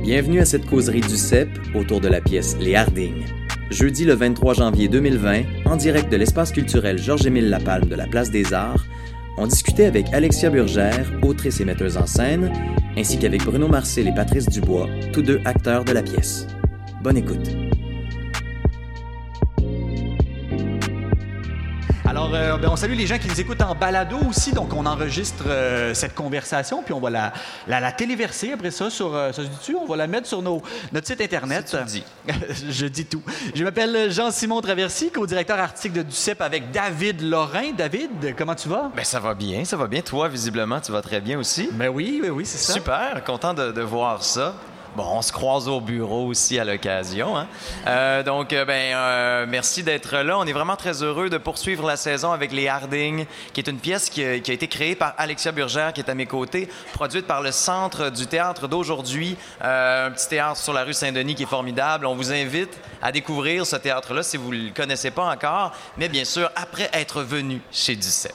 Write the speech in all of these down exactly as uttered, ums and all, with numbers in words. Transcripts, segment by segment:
Bienvenue à cette causerie du C E P autour de la pièce Les Hardings. Jeudi le vingt-trois janvier deux mille vingt, en direct de l'espace culturel Georges-Émile Lapalme de la Place des Arts, on discutait avec Alexia Burgère, autrice et metteuse en scène, ainsi qu'avec Bruno Marcil et Patrice Dubois, tous deux acteurs de la pièce. Bonne écoute. Alors, euh, ben, on salue les gens qui nous écoutent en balado aussi. Donc, on enregistre euh, cette conversation, puis on va la, la, la téléverser après ça sur... Euh, ça se dit-tu? On va la mettre sur nos, notre site Internet. Si tu le dis. Je dis tout. Je m'appelle Jean-Simon Traversy, co-directeur artistique de D U C E P avec David Lorrain. David, comment tu vas? Ben ça va bien, ça va bien. Toi, visiblement, tu vas très bien aussi. Ben oui, oui, oui, c'est ça. Super, content de, de voir ça. Bon, on se croise au bureau aussi à l'occasion. Hein? Euh, donc, euh, ben, euh, merci d'être là. On est vraiment très heureux de poursuivre la saison avec Les Hardings, qui est une pièce qui a, qui a été créée par Alexia Burgère, qui est à mes côtés, produite par le Centre du théâtre d'aujourd'hui, euh, un petit théâtre sur la rue Saint-Denis qui est formidable. On vous invite à découvrir ce théâtre-là si vous ne le connaissez pas encore, mais bien sûr, après être venu chez D U C E P.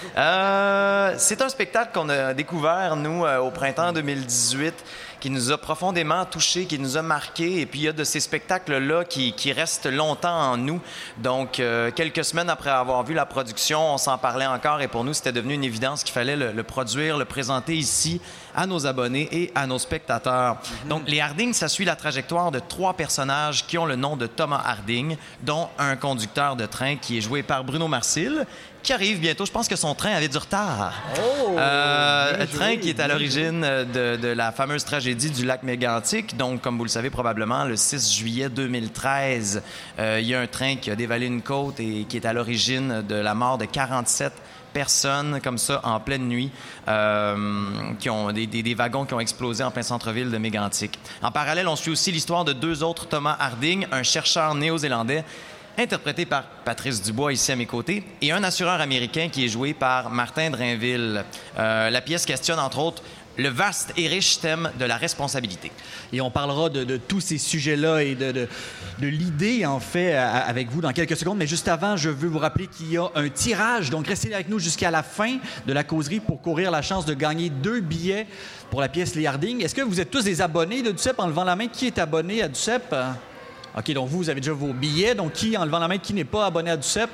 Euh, c'est un spectacle qu'on a découvert, nous, euh, au printemps deux mille dix-huit, qui nous a profondément touchés, qui nous a marqués. Et puis, il y a de ces spectacles-là qui, qui restent longtemps en nous. Donc, euh, quelques semaines après avoir vu la production, on s'en parlait encore. Et pour nous, c'était devenu une évidence qu'il fallait le, le produire, le présenter ici à nos abonnés et à nos spectateurs. Mm-hmm. Donc, Les Hardings, ça suit la trajectoire de trois personnages qui ont le nom de Thomas Harding, dont un conducteur de train qui est joué par Bruno Marcil, qui arrive bientôt. Je pense que son train avait du retard. Oh! Euh, train qui est à l'origine de, de la fameuse tragédie du lac Mégantic. Donc, comme vous le savez probablement, le six juillet deux mille treize, euh, il y a un train qui a dévalé une côte et qui est à l'origine de la mort de quarante-sept personnes comme ça en pleine nuit, euh, qui ont des, des, des wagons qui ont explosé en plein centre-ville de Mégantic. En parallèle, on suit aussi l'histoire de deux autres Thomas Harding, un chercheur néo-zélandais interprété par Patrice Dubois ici à mes côtés, et un assureur américain qui est joué par Martin Drainville. Euh, la pièce questionne entre autres le vaste et riche thème de la responsabilité. Et on parlera de, de tous ces sujets-là et de, de, de l'idée, en fait, à, avec vous dans quelques secondes. Mais juste avant, je veux vous rappeler qu'il y a un tirage. Donc, restez avec nous jusqu'à la fin de la causerie pour courir la chance de gagner deux billets pour la pièce Les Hardings. Est-ce que vous êtes tous des abonnés de D U C E P? En levant la main, qui est abonné à D U C E P? OK, donc vous, vous avez déjà vos billets. Donc, qui, en levant la main, qui n'est pas abonné à D U C E P?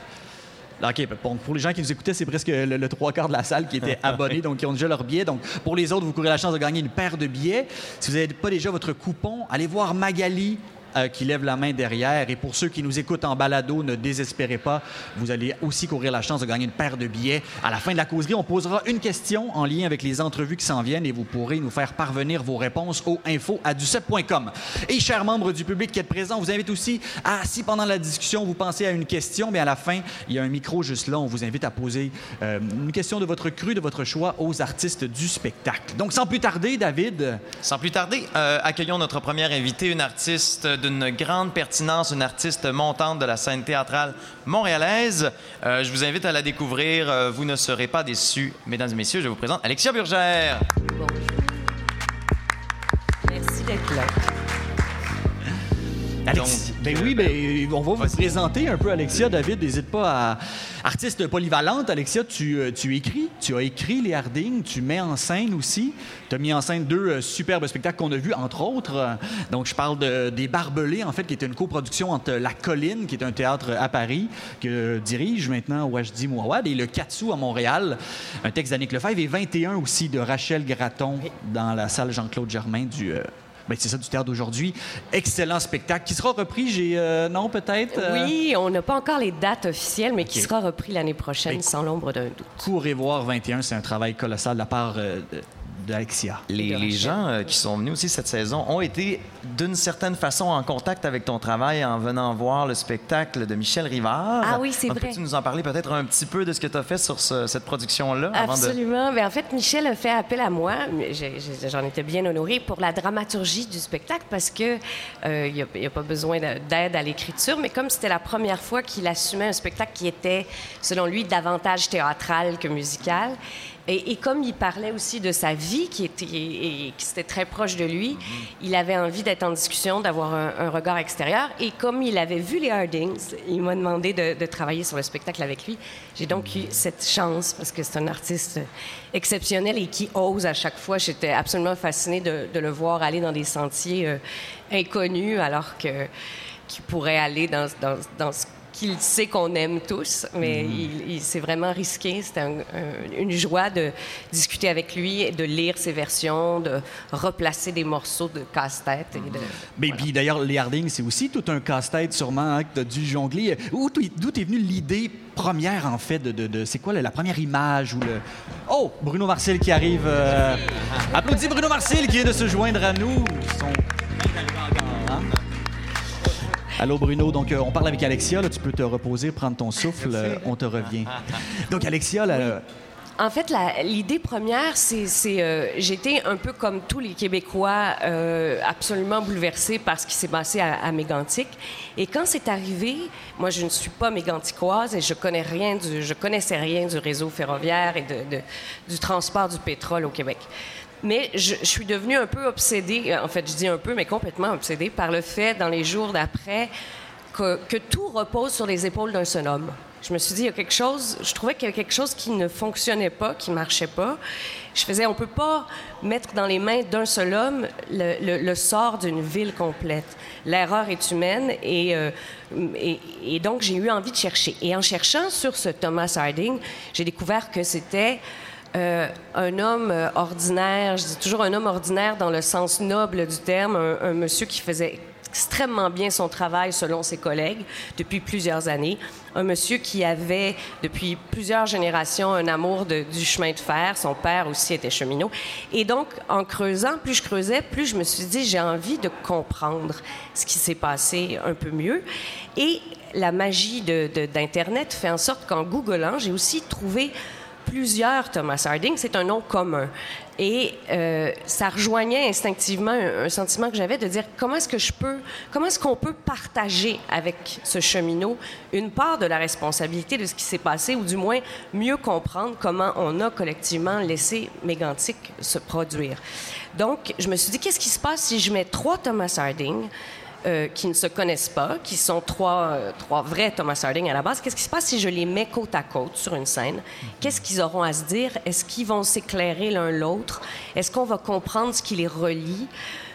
OK, bon, pour les gens qui nous écoutaient, c'est presque le, le trois quarts de la salle qui étaient abonnés, donc qui ont déjà leur billet. Donc, pour les autres, vous courez la chance de gagner une paire de billets. Si vous n'avez pas déjà votre coupon, allez voir Magali, euh, qui lève la main derrière. Et pour ceux qui nous écoutent en balado, ne désespérez pas. Vous allez aussi courir la chance de gagner une paire de billets. À la fin de la causerie, on posera une question en lien avec les entrevues qui s'en viennent et vous pourrez nous faire parvenir vos réponses au info arobase d u c e p point com. Et chers membres du public qui êtes présents, on vous invite aussi à, si pendant la discussion, vous pensez à une question, mais à la fin, il y a un micro juste là. On vous invite à poser euh, une question de votre cru, de votre choix aux artistes du spectacle. Donc, sans plus tarder, David... Sans plus tarder, euh, accueillons notre première invitée, une artiste d'une grande pertinence, une artiste montante de la scène théâtrale montréalaise. Euh, je vous invite à la découvrir. Euh, vous ne serez pas déçus. Mesdames et messieurs, je vous présente Alexia Burgère. Bonjour. Merci d'être là. Alex... Donc, ben oui, ben, on va vous présenter un peu Alexia. David, n'hésite pas à... Artiste polyvalente, Alexia, tu, tu écris, tu as écrit Les Hardings, tu mets en scène aussi. Tu as mis en scène deux euh, superbes spectacles qu'on a vus, entre autres. Donc, je parle de, des Barbelés, en fait, qui est une coproduction entre La Colline, qui est un théâtre à Paris, que dirige maintenant Wajdi Mouawad, et Le Katsou à Montréal, un texte d'Annick Lefebvre, et vingt et un aussi de Rachel Gratton dans la salle Jean-Claude Germain du... Euh, Ben, c'est ça, du théâtre d'aujourd'hui. Excellent spectacle qui sera repris, j'ai... Euh, non, peut-être? Euh... Oui, on n'a pas encore les dates officielles, mais okay. qui sera repris l'année prochaine, ben, sans l'ombre d'un doute. Courez voir vingt et un, c'est un travail colossal de la part euh, de, d'Alexia. Les, les gens euh, qui sont venus aussi cette saison ont été, d'une certaine façon, en contact avec ton travail en venant voir le spectacle de Michel Rivard. Ah oui, c'est Donc, vrai. Peux-tu nous en parler peut-être un petit peu de ce que tu as fait sur ce, cette production-là? Absolument. Avant de... Bien, en fait, Michel a fait appel à moi. J'ai, j'ai, j'en étais bien honorée pour la dramaturgie du spectacle parce qu'il euh, n'y a, a pas besoin d'aide à l'écriture, mais comme c'était la première fois qu'il assumait un spectacle qui était, selon lui, davantage théâtral que musical, Et, et comme il parlait aussi de sa vie, qui était, et, et qui était très proche de lui, mm-hmm. il avait envie d'être en discussion, d'avoir un, un regard extérieur. Et comme il avait vu les Hardings, il m'a demandé de, de travailler sur le spectacle avec lui. J'ai donc mm-hmm. eu cette chance, parce que c'est un artiste exceptionnel et qui ose à chaque fois. J'étais absolument fascinée de, de le voir aller dans des sentiers euh, inconnus, alors que, qu'il pourrait aller dans, dans, dans ce qu'il sait qu'on aime tous, mais mm-hmm. il, il s'est vraiment risqué. C'était un, un, une joie de discuter avec lui, de lire ses versions, de replacer des morceaux de casse-tête. Et de, mais voilà. Puis d'ailleurs, les Hardings, c'est aussi tout un casse-tête sûrement hein, que tu as dû jongler. Où, d'où t'es venue l'idée première, en fait, de... de, de c'est quoi la, la première image ou le... Oh! Bruno Marcil qui arrive. Euh... Applaudis Bruno Marcil qui vient de se joindre à nous. Son... Hein? Allô Bruno, donc euh, on parle avec Alexia, là, tu peux te reposer, prendre ton souffle, euh, on te revient. Donc Alexia, là... Oui. En fait, la, l'idée première, c'est... c'est euh, j'étais un peu comme tous les Québécois, euh, absolument bouleversés par ce qui s'est passé à, à Mégantic. Et quand c'est arrivé, moi je ne suis pas méganticoise et je connais rien du, je connaissais rien du réseau ferroviaire et de, de, du transport du pétrole au Québec. Mais je, je suis devenue un peu obsédée, en fait, je dis un peu, mais complètement obsédée par le fait, dans les jours d'après, que, que tout repose sur les épaules d'un seul homme. Je me suis dit, il y a quelque chose, je trouvais qu'il y avait quelque chose qui ne fonctionnait pas, qui ne marchait pas. Je faisais, on ne peut pas mettre dans les mains d'un seul homme le, le, le sort d'une ville complète. L'erreur est humaine et, euh, et, et donc j'ai eu envie de chercher. Et en cherchant sur ce Thomas Harding, j'ai découvert que c'était... Euh, un homme euh, ordinaire, je dis toujours un homme ordinaire dans le sens noble du terme, un, un monsieur qui faisait extrêmement bien son travail selon ses collègues depuis plusieurs années, un monsieur qui avait depuis plusieurs générations un amour de, du chemin de fer, son père aussi était cheminot, et donc en creusant, plus je creusais, plus je me suis dit j'ai envie de comprendre ce qui s'est passé un peu mieux, et la magie de, de, d'Internet fait en sorte qu'en googlant, j'ai aussi trouvé plusieurs Thomas Harding, c'est un nom commun. Et euh, ça rejoignait instinctivement un, un sentiment que j'avais de dire comment est-ce que je peux, comment est-ce qu'on peut partager avec ce cheminot une part de la responsabilité de ce qui s'est passé, ou du moins mieux comprendre comment on a collectivement laissé Mégantic se produire. Donc, je me suis dit, qu'est-ce qui se passe si je mets trois Thomas Harding Euh, qui ne se connaissent pas, qui sont trois, euh, trois vrais Thomas Harding à la base. Qu'est-ce qui se passe si je les mets côte à côte sur une scène? Qu'est-ce qu'ils auront à se dire? Est-ce qu'ils vont s'éclairer l'un l'autre? Est-ce qu'on va comprendre ce qui les relie?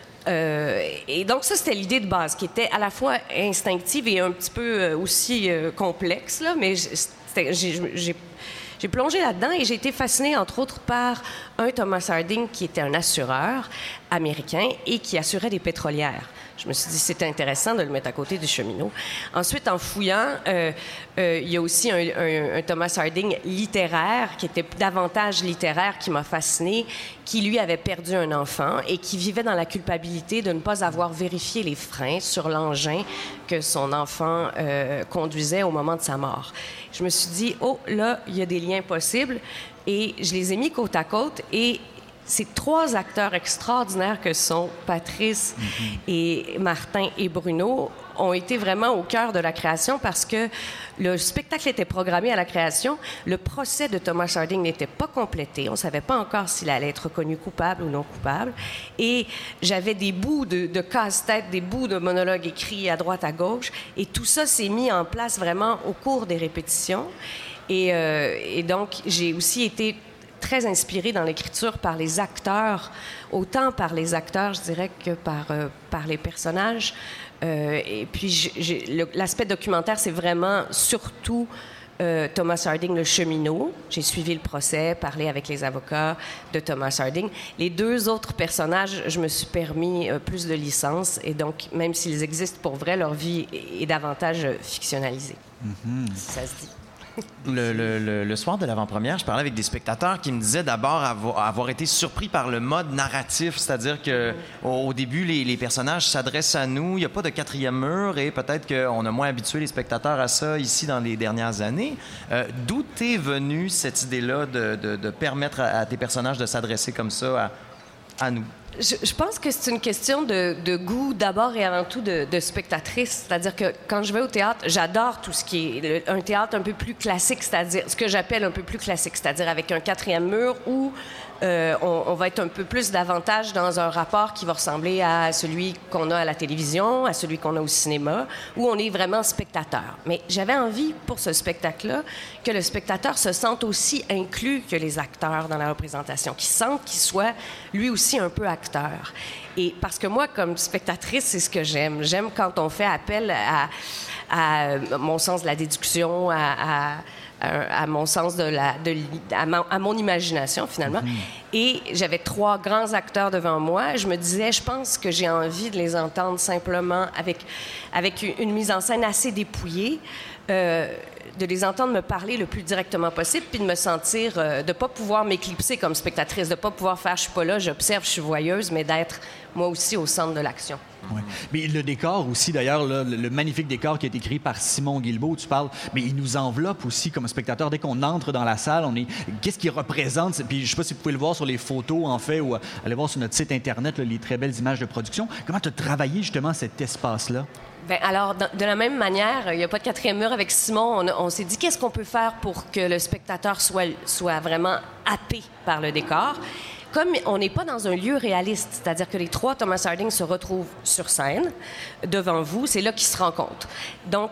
Euh, et donc, ça, c'était l'idée de base, qui était à la fois instinctive et un petit peu euh, aussi euh, complexe, là, mais j'ai, j'ai J'ai plongé là-dedans et j'ai été fascinée, entre autres, par un Thomas Harding qui était un assureur américain et qui assurait des pétrolières. Je me suis dit, c'était intéressant de le mettre à côté du cheminot. Ensuite, en fouillant, euh, euh, il y a aussi un, un, un Thomas Harding littéraire, qui était davantage littéraire, qui m'a fascinée, qui, lui, avait perdu un enfant et qui vivait dans la culpabilité de ne pas avoir vérifié les freins sur l'engin que son enfant euh, conduisait au moment de sa mort. Je me suis dit, oh, là, il y a des liens possibles. Et je les ai mis côte à côte et ces trois acteurs extraordinaires que sont Patrice mm-hmm. et Martin et Bruno ont été vraiment au cœur de la création parce que le spectacle était programmé à la création. Le procès de Thomas Harding n'était pas complété. On ne savait pas encore s'il allait être reconnu coupable ou non coupable. Et j'avais des bouts de, de casse-tête, des bouts de monologues écrits à droite, à gauche. Et tout ça s'est mis en place vraiment au cours des répétitions. Et, euh, et donc, j'ai aussi été très inspirée dans l'écriture par les acteurs, autant par les acteurs, je dirais, que par, euh, par les personnages. Euh, et puis, j'ai, le, l'aspect documentaire, c'est vraiment surtout euh, Thomas Harding, le cheminot. J'ai suivi le procès, parlé avec les avocats de Thomas Harding. Les deux autres personnages, je me suis permis euh, plus de licence. Et donc, même s'ils existent pour vrai, leur vie est, est davantage fictionnalisée, mm-hmm. si ça se dit. Le, le, le, le soir de l'avant-première, je parlais avec des spectateurs qui me disaient d'abord avoir, avoir été surpris par le mode narratif, c'est-à-dire que au, au début, les, les personnages s'adressent à nous, il n'y a pas de quatrième mur et peut-être qu'on a moins habitué les spectateurs à ça ici dans les dernières années. Euh, d'où est venue cette idée-là de, de, de permettre à, à tes personnages de s'adresser comme ça à, à nous? Je, je pense que c'est une question de, de goût d'abord et avant tout de, de spectatrice. C'est-à-dire que quand je vais au théâtre, j'adore tout ce qui est le, un théâtre un peu plus classique, c'est-à-dire ce que j'appelle un peu plus classique, c'est-à-dire avec un quatrième mur où euh, on, on va être un peu plus davantage dans un rapport qui va ressembler à celui qu'on a à la télévision, à celui qu'on a au cinéma, où on est vraiment spectateur. Mais j'avais envie pour ce spectacle-là que le spectateur se sente aussi inclus que les acteurs dans la représentation, qu'il sente qu'il soit lui aussi un peu acteur. Et parce que moi, comme spectatrice, c'est ce que j'aime. J'aime quand on fait appel à, à mon sens de la déduction, à, à, à, à mon sens de la... De, à, mon, à mon imagination, finalement. Mmh. Et j'avais trois grands acteurs devant moi. Je me disais, je pense que j'ai envie de les entendre simplement avec, avec une mise en scène assez dépouillée. Euh, de les entendre me parler le plus directement possible, puis de me sentir, euh, de ne pas pouvoir m'éclipser comme spectatrice, de ne pas pouvoir faire « je suis pas là, j'observe, je suis voyeuse », mais d'être moi aussi au centre de l'action. Ouais. Mais le décor aussi, d'ailleurs, là, le, le magnifique décor qui a été créé par Simon Guilbeault, tu parles, mais il nous enveloppe aussi comme spectateur. Dès qu'on entre dans la salle, on est... Qu'est-ce qu'il représente? Puis je ne sais pas si vous pouvez le voir sur les photos, en fait, ou aller voir sur notre site Internet là, les très belles images de production. Comment tu as travaillé justement cet espace-là? Bien, alors, de la même manière, il n'y a pas de quatrième mur avec Simon. On, on s'est dit, qu'est-ce qu'on peut faire pour que le spectateur soit, soit vraiment happé par le décor? Comme on n'est pas dans un lieu réaliste, c'est-à-dire que les trois Thomas Harding se retrouvent sur scène, devant vous, c'est là qu'ils se rencontrent. Donc,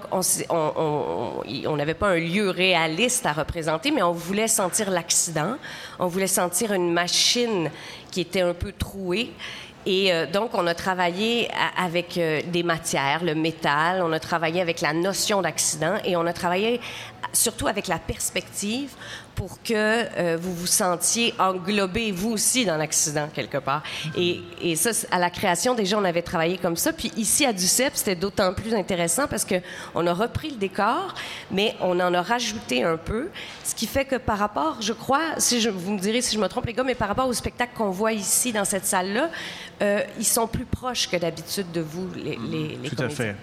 on n'avait pas un lieu réaliste à représenter, mais on voulait sentir l'accident, on voulait sentir une machine qui était un peu trouée. Et euh, donc, on a travaillé à, avec euh, des matières, le métal, on a travaillé avec la notion d'accident et on a travaillé surtout avec la perspective pour que euh, vous vous sentiez englobé, vous aussi, dans l'accident, quelque part. Et, et ça, à la création, déjà, on avait travaillé comme ça. Puis ici, à Duceppe, c'était d'autant plus intéressant parce qu'on a repris le décor, mais on en a rajouté un peu, ce qui fait que par rapport, je crois, si je, vous me direz si je me trompe, les gars, mais par rapport au spectacle qu'on voit ici, dans cette salle-là, euh, ils sont plus proches que d'habitude de vous, les, les, les Tout comédiens. à fait.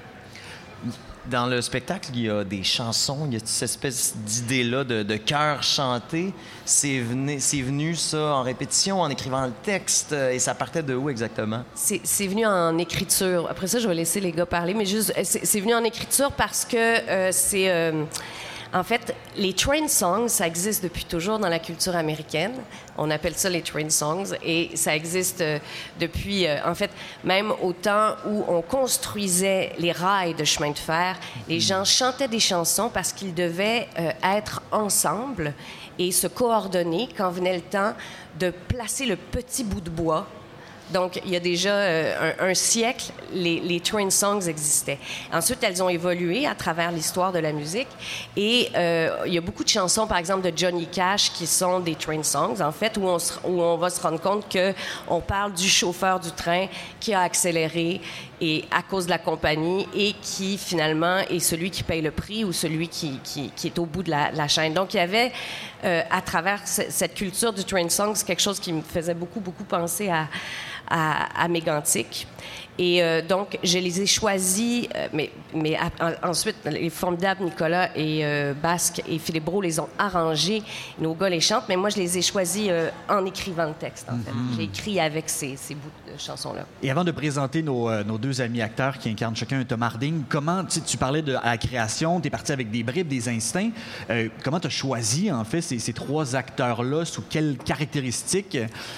Dans le spectacle, il y a des chansons, il y a cette espèce d'idée-là de, de chœur chanté. C'est venu, c'est venu, ça, en répétition, en écrivant le texte, et ça partait de où exactement? C'est, c'est venu en écriture. Après ça, je vais laisser les gars parler, mais juste, c'est, c'est venu en écriture parce que euh, c'est... Euh, En fait, les train songs, ça existe depuis toujours dans la culture américaine. On appelle ça les train songs et ça existe euh, depuis, euh, en fait, même au temps où on construisait les rails de chemin de fer, les gens chantaient des chansons parce qu'ils devaient euh, être ensemble et se coordonner quand venait le temps de placer le petit bout de bois. Donc, il y a déjà euh, un, un siècle, les, les train songs existaient. Ensuite, elles ont évolué à travers l'histoire de la musique. Et euh, il y a beaucoup de chansons, par exemple, de Johnny Cash, qui sont des train songs, en fait, où on, se, où on va se rendre compte qu'on parle du chauffeur du train qui a accéléré et à cause de la compagnie et qui, finalement, est celui qui paye le prix ou celui qui, qui, qui est au bout de la, la chaîne. Donc, il y avait, euh, à travers c- cette culture du train songs, quelque chose qui me faisait beaucoup, beaucoup penser à... à, à Mégantic. Et euh, donc, je les ai choisis, euh, mais, mais à, en, ensuite, les formidables Nicolas et euh, Basque et Philippe Brault les ont arrangés. Nos gars les chantent, mais moi, je les ai choisis euh, en écrivant le texte, en fait. Mm-hmm. J'ai écrit avec ces, ces bouts de chansons-là. Et avant de présenter nos, euh, nos deux amis acteurs qui incarnent chacun un Tom Harding, comment, tu, tu parlais de à la création, tu es parti avec des bribes, des instincts. Euh, comment tu as choisi, en fait, ces, ces trois acteurs-là? Sous quelles caractéristiques?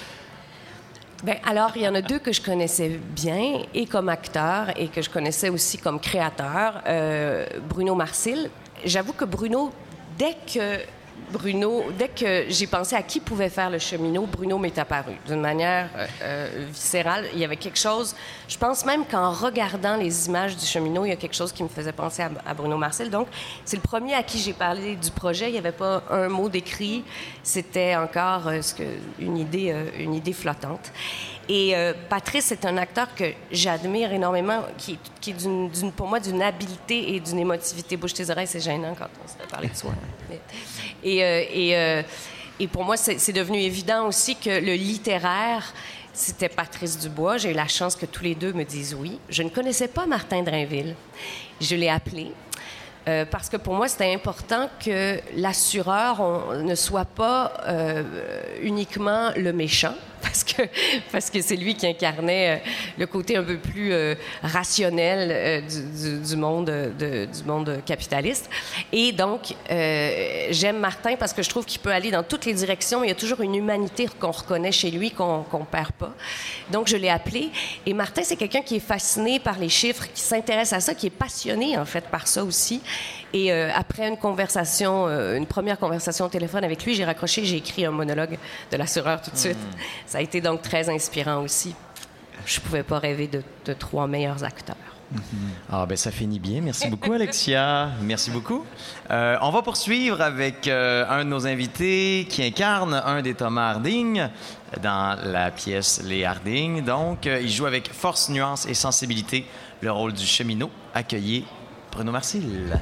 Bien, alors, il y en a deux que je connaissais bien, et comme acteur, et que je connaissais aussi comme créateur. Euh, Bruno Marcil. J'avoue que Bruno, dès que Bruno, dès que j'ai pensé à qui pouvait faire le cheminot, Bruno m'est apparu d'une manière euh, euh, viscérale. Il y avait quelque chose... Je pense même qu'en regardant les images du cheminot, il y a quelque chose qui me faisait penser à, à Bruno Marcil. Donc, c'est le premier à qui j'ai parlé du projet. Il n'y avait pas un mot d'écrit. C'était encore euh, ce que, une, idée, euh, une idée flottante. Et euh, Patrice est un acteur que j'admire énormément, qui, qui est, d'une, d'une, pour moi, d'une habileté et d'une émotivité. Bouche tes oreilles, c'est gênant quand on se fait parler de soi. Mais, et, euh, et, euh, et pour moi, c'est, c'est devenu évident aussi que le littéraire, c'était Patrice Dubois. J'ai eu la chance que tous les deux me disent oui. Je ne connaissais pas Martin Drainville. Je l'ai appelé. Euh, parce que pour moi, c'était important que l'assureur on, ne soit pas euh, uniquement le méchant. parce que parce que c'est lui qui incarnait euh, le côté un peu plus euh, rationnel euh, du, du, du monde de, du monde capitaliste. Et donc euh, j'aime Martin parce que je trouve qu'il peut aller dans toutes les directions, mais il y a toujours une humanité qu'on reconnaît chez lui qu'on qu'on perd pas. Donc je l'ai appelé. Et Martin, c'est quelqu'un qui est fasciné par les chiffres, qui s'intéresse à ça, qui est passionné en fait par ça aussi. Et euh, après une conversation, euh, une première conversation au téléphone avec lui, j'ai raccroché, j'ai écrit un monologue de l'assureur tout de suite. Mmh. Ça a été donc très inspirant aussi. Je pouvais pas rêver de, de trois meilleurs acteurs. Mm-hmm. Ah ben ça finit bien. Merci beaucoup, Alexia. Merci beaucoup. Euh, on va poursuivre avec euh, un de nos invités qui incarne un des Thomas Harding dans la pièce Les Harding. Donc, euh, il joue avec force, nuance et sensibilité le rôle du cheminot. Accueillez Bruno Marcil.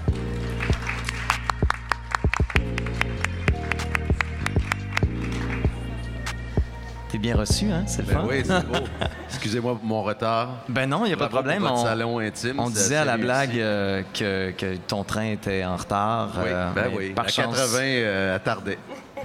T'es bien reçu, hein? C'est le ben fun? Oui, c'est beau. Excusez-moi pour mon retard. Ben non, il n'y a pas de problème. Votre on, salon intime, on disait à la réussi. blague euh, que, que ton train était en retard. Oui, euh, ben oui. Par à chance. quatre-vingts, euh, elle tardait.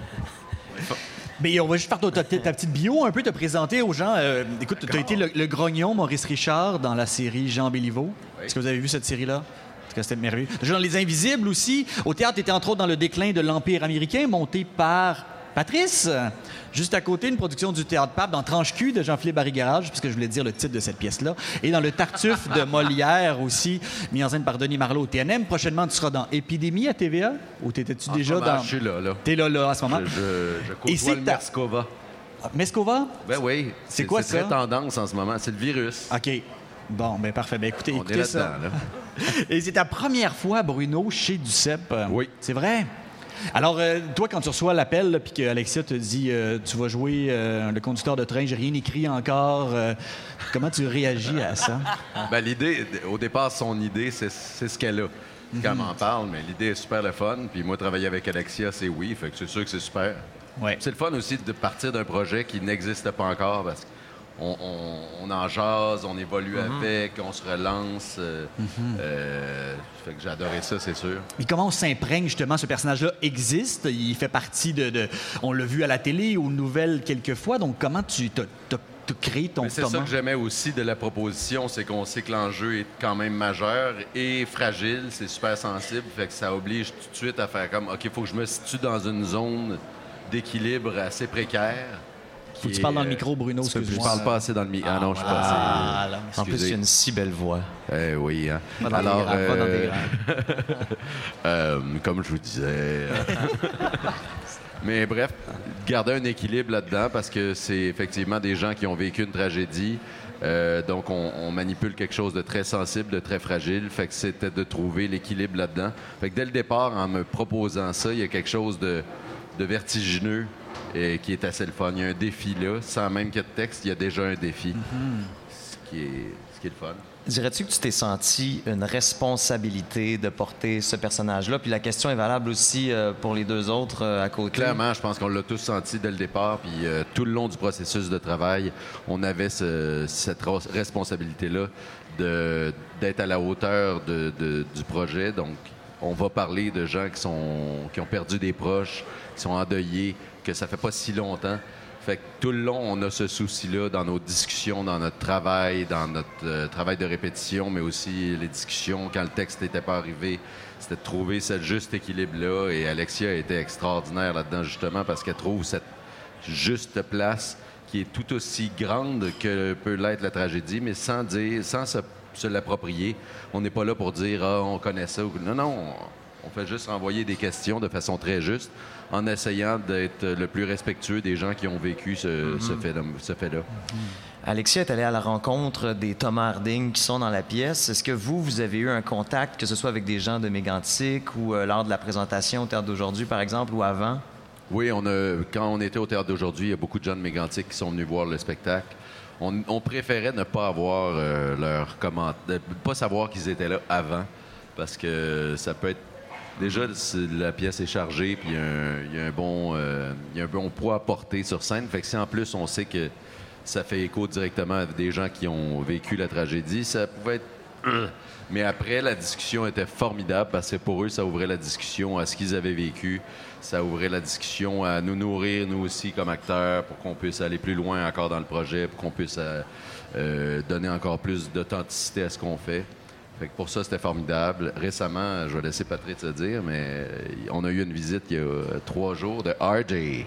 Mais on va juste faire ta, ta, ta petite bio, un peu te présenter aux gens. Euh, écoute, tu as été le, le grognon Maurice Richard dans la série Jean Béliveau. Oui. Est-ce que vous avez vu cette série-là? Parce que c'était merveilleux. Déjà dans Les Invisibles aussi. Au théâtre, tu étais entre autres dans Le déclin de l'Empire américain, monté par Patrice. Juste à côté, une production du Théâtre Pape dans Tranche-Cul de Jean-Philippe Barry-Garage, parce que je voulais dire le titre de cette pièce-là. Et dans Le Tartuffe de Molière aussi, mis en scène par Denis Marleau au T N M. Prochainement, tu seras dans Épidémie à T V A? Ou t'étais-tu en déjà moment, dans... Je suis là, là. T'es là, là, à ce moment. Je, je, je côtoie Et c'est le ta... Mers-Cova. Mers-Cova? Ben oui. C'est quoi c'est ça? C'est très tendance en ce moment. C'est le virus. OK. Bon, ben parfait. Ben écoutez, On écoutez est ça. là-dedans, là. Et c'est ta première fois, Bruno, chez Duceppe. Oui. C'est vrai? Alors, euh, toi, quand tu reçois l'appel, puis qu'Alexia te dit euh, tu vas jouer euh, le conducteur de train, j'ai rien écrit encore, euh, comment tu réagis à ça? Ben, l'idée, au départ, son idée, c'est, c'est ce qu'elle a. Mm-hmm. Quand elle m'en parle, mais l'idée est super le fun. Puis moi, travailler avec Alexia, c'est oui. Fait que c'est sûr que c'est super. Ouais. C'est le fun aussi de partir d'un projet qui n'existe pas encore parce qu'on on, on en jase, on évolue mm-hmm. avec, on se relance. Euh, mm-hmm. euh, fait que j'ai adoré ça, c'est sûr. Mais comment on s'imprègne, justement, ce personnage-là existe? Il fait partie de... de on l'a vu à la télé, aux nouvelles quelquefois. Donc, comment tu t'as, t'as, t'as créé ton Mais c'est Thomas? ça que j'aimais aussi de la proposition, c'est qu'on sait que l'enjeu est quand même majeur et fragile, c'est super sensible. Fait que ça oblige tout de suite à faire comme, OK, il faut que je me situe dans une zone d'équilibre assez précaire. Faut que tu parles dans le micro, Bruno, Je excuse-moi. parle pas assez dans le micro. Ah, ah non, je suis voilà. pas assez... En plus, il y a une si belle voix. Eh oui, hein. Pas dans Alors, des graves, euh... pas dans des graves. euh, comme je vous disais... Mais bref, garder un équilibre là-dedans parce que c'est effectivement des gens qui ont vécu une tragédie. Euh, donc, on, on manipule quelque chose de très sensible, de très fragile. Fait que c'était de trouver l'équilibre là-dedans. Fait que dès le départ, en me proposant ça, il y a quelque chose de, de vertigineux et qui est assez le fun. Il y a un défi là. Sans même qu'il y ait de texte, il y a déjà un défi. Mm-hmm. Ce qui est, ce qui est le fun. Dirais-tu que tu t'es senti une responsabilité de porter ce personnage-là? Puis la question est valable aussi euh, pour les deux autres euh, à côté. Clairement, je pense qu'on l'a tous senti dès le départ. Puis euh, tout le long du processus de travail, on avait ce, cette responsabilité-là de, d'être à la hauteur de, de, du projet. Donc, on va parler de gens qui, sont, qui ont perdu des proches, qui sont endeuillés, que ça fait pas si longtemps. Fait que tout le long, on a ce souci-là dans nos discussions, dans notre travail, dans notre euh, travail de répétition, mais aussi les discussions quand le texte n'était pas arrivé. C'était de trouver ce juste équilibre-là. Et Alexia a été extraordinaire là-dedans, justement, parce qu'elle trouve cette juste place qui est tout aussi grande que peut l'être la tragédie, mais sans dire, sans se, se l'approprier. On n'est pas là pour dire « Ah, on connaît ça ». Non, non, on, on fait juste renvoyer des questions de façon très juste, en essayant d'être le plus respectueux des gens qui ont vécu ce, mm-hmm. ce, fait, ce fait-là. Mm-hmm. Alexia est allée à la rencontre des Thomas Harding qui sont dans la pièce. Est-ce que vous, vous avez eu un contact, que ce soit avec des gens de Mégantic ou euh, lors de la présentation au Théâtre d'aujourd'hui, par exemple, ou avant? Oui, on a, quand on était au Théâtre d'aujourd'hui, il y a beaucoup de gens de Mégantic qui sont venus voir le spectacle. On, on préférait ne pas avoir euh, leur commentaire, ne pas savoir qu'ils étaient là avant, parce que ça peut être déjà, la pièce est chargée, puis il y, y a un bon, euh, y a un bon poids à porter sur scène. Fait que si en plus on sait que ça fait écho directement à des gens qui ont vécu la tragédie, ça pouvait être Mais après, la discussion était formidable parce que pour eux, ça ouvrait la discussion à ce qu'ils avaient vécu. Ça ouvrait la discussion à nous nourrir, nous aussi, comme acteurs, pour qu'on puisse aller plus loin encore dans le projet, pour qu'on puisse euh, euh, donner encore plus d'authenticité à ce qu'on fait. Fait que pour ça, c'était formidable. Récemment, je vais laisser Patrick te dire, mais on a eu une visite il y a trois jours de R J.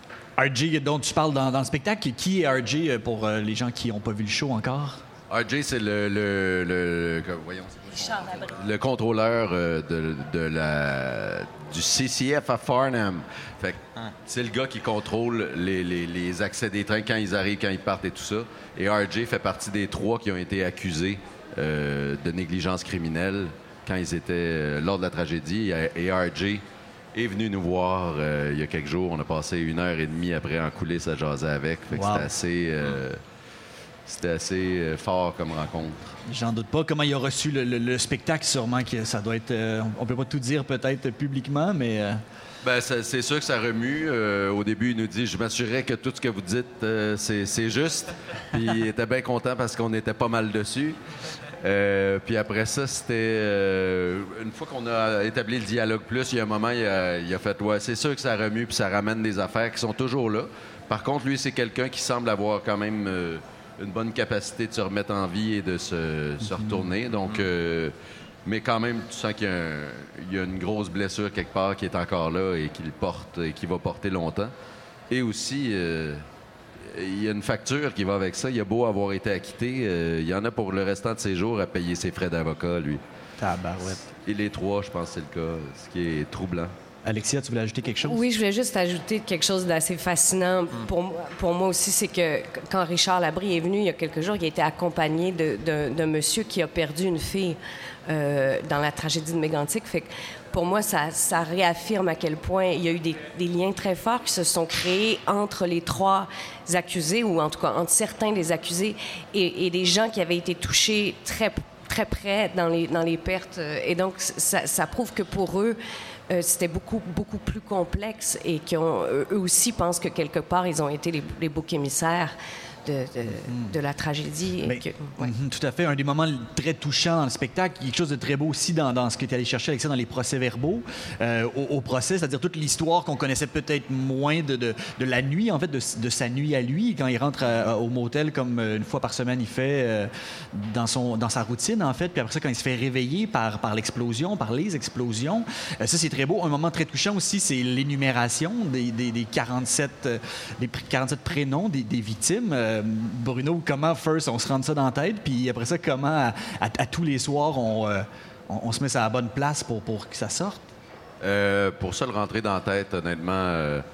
R J, dont tu parles dans, dans le spectacle. Qui est R J pour euh, les gens qui n'ont pas vu le show encore? R J, c'est le, le, le, le, voyons, le contrôleur euh, de, de la, du C C F à Farnham. Fait que c'est le gars qui contrôle les, les, les accès des trains quand ils arrivent, quand ils partent et tout ça. Et R J fait partie des trois qui ont été accusés euh, de négligence criminelle quand ils étaient euh, lors de la tragédie. Et R J est venu nous voir euh, il y a quelques jours. On a passé une heure et demie après en coulisses à jaser avec. Fait que wow. C'était assez... Euh, mm. C'était assez fort comme rencontre. J'en doute pas. Comment il a reçu le, le, le spectacle? Sûrement que ça doit être... Euh, on peut pas tout dire peut-être publiquement, mais... Euh... Ben, c'est sûr que ça remue. Euh, au début, il nous dit « Je m'assurerai que tout ce que vous dites, euh, c'est juste. » Puis il était bien content parce qu'on était pas mal dessus. Euh, puis après ça, c'était... Euh, une fois qu'on a établi le dialogue plus, il y a un moment, il a, il a fait « Ouais, c'est sûr que ça remue puis ça ramène des affaires qui sont toujours là. » Par contre, lui, c'est quelqu'un qui semble avoir quand même... Euh, une bonne capacité de se remettre en vie et de se, mm-hmm. se retourner. Donc, euh, mais quand même, tu sens qu'il y, y a une grosse blessure quelque part qui est encore là et qu'il porte et qui va porter longtemps. Et aussi, euh, il y a une facture qui va avec ça. Il a beau avoir été acquitté, euh, il y en a pour le restant de ses jours à payer ses frais d'avocat, lui. Tabarouette. Et les trois, je pense que c'est le cas, ce qui est troublant. Alexia, tu voulais ajouter quelque chose? Oui, je voulais juste ajouter quelque chose d'assez fascinant. Mm. Pour, pour moi aussi, c'est que quand Richard Labrie est venu il y a quelques jours, il a été accompagné d'un monsieur qui a perdu une fille euh, dans la tragédie de Mégantic. Fait que pour moi, ça, ça réaffirme à quel point il y a eu des, des liens très forts qui se sont créés entre les trois accusés, ou en tout cas entre certains des accusés, et, et des gens qui avaient été touchés très, très près dans les, dans les pertes. Et donc, ça, ça prouve que pour eux, Euh, c'était beaucoup, beaucoup plus complexe et qu'eux aussi pensent que quelque part, ils ont été les, les boucs émissaires de, de, mm. de la tragédie. Mais, et que, ouais. mm-hmm, tout à fait. Un des moments très touchants dans le spectacle, quelque chose de très beau aussi dans, dans ce que tu es allé chercher, Alexia, dans les procès-verbaux, euh, au, au procès, c'est-à-dire toute l'histoire qu'on connaissait peut-être moins de, de, de la nuit, en fait, de, de sa nuit à lui, quand il rentre à, au motel, comme une fois par semaine, il fait euh, dans, son, dans sa routine, en fait, puis après ça, quand il se fait réveiller par, par l'explosion, par les explosions, euh, ça, c'est très beau. Un moment très touchant aussi, c'est l'énumération des, des, des, quarante-sept, euh, des quarante-sept prénoms des, des victimes. Euh, Bruno, comment, first, on se rend ça dans la tête, puis après ça, comment, à, à, à tous les soirs, on, euh, on, on se met ça à la bonne place pour, pour que ça sorte? Euh, pour ça, le rentrer dans la tête, honnêtement, euh,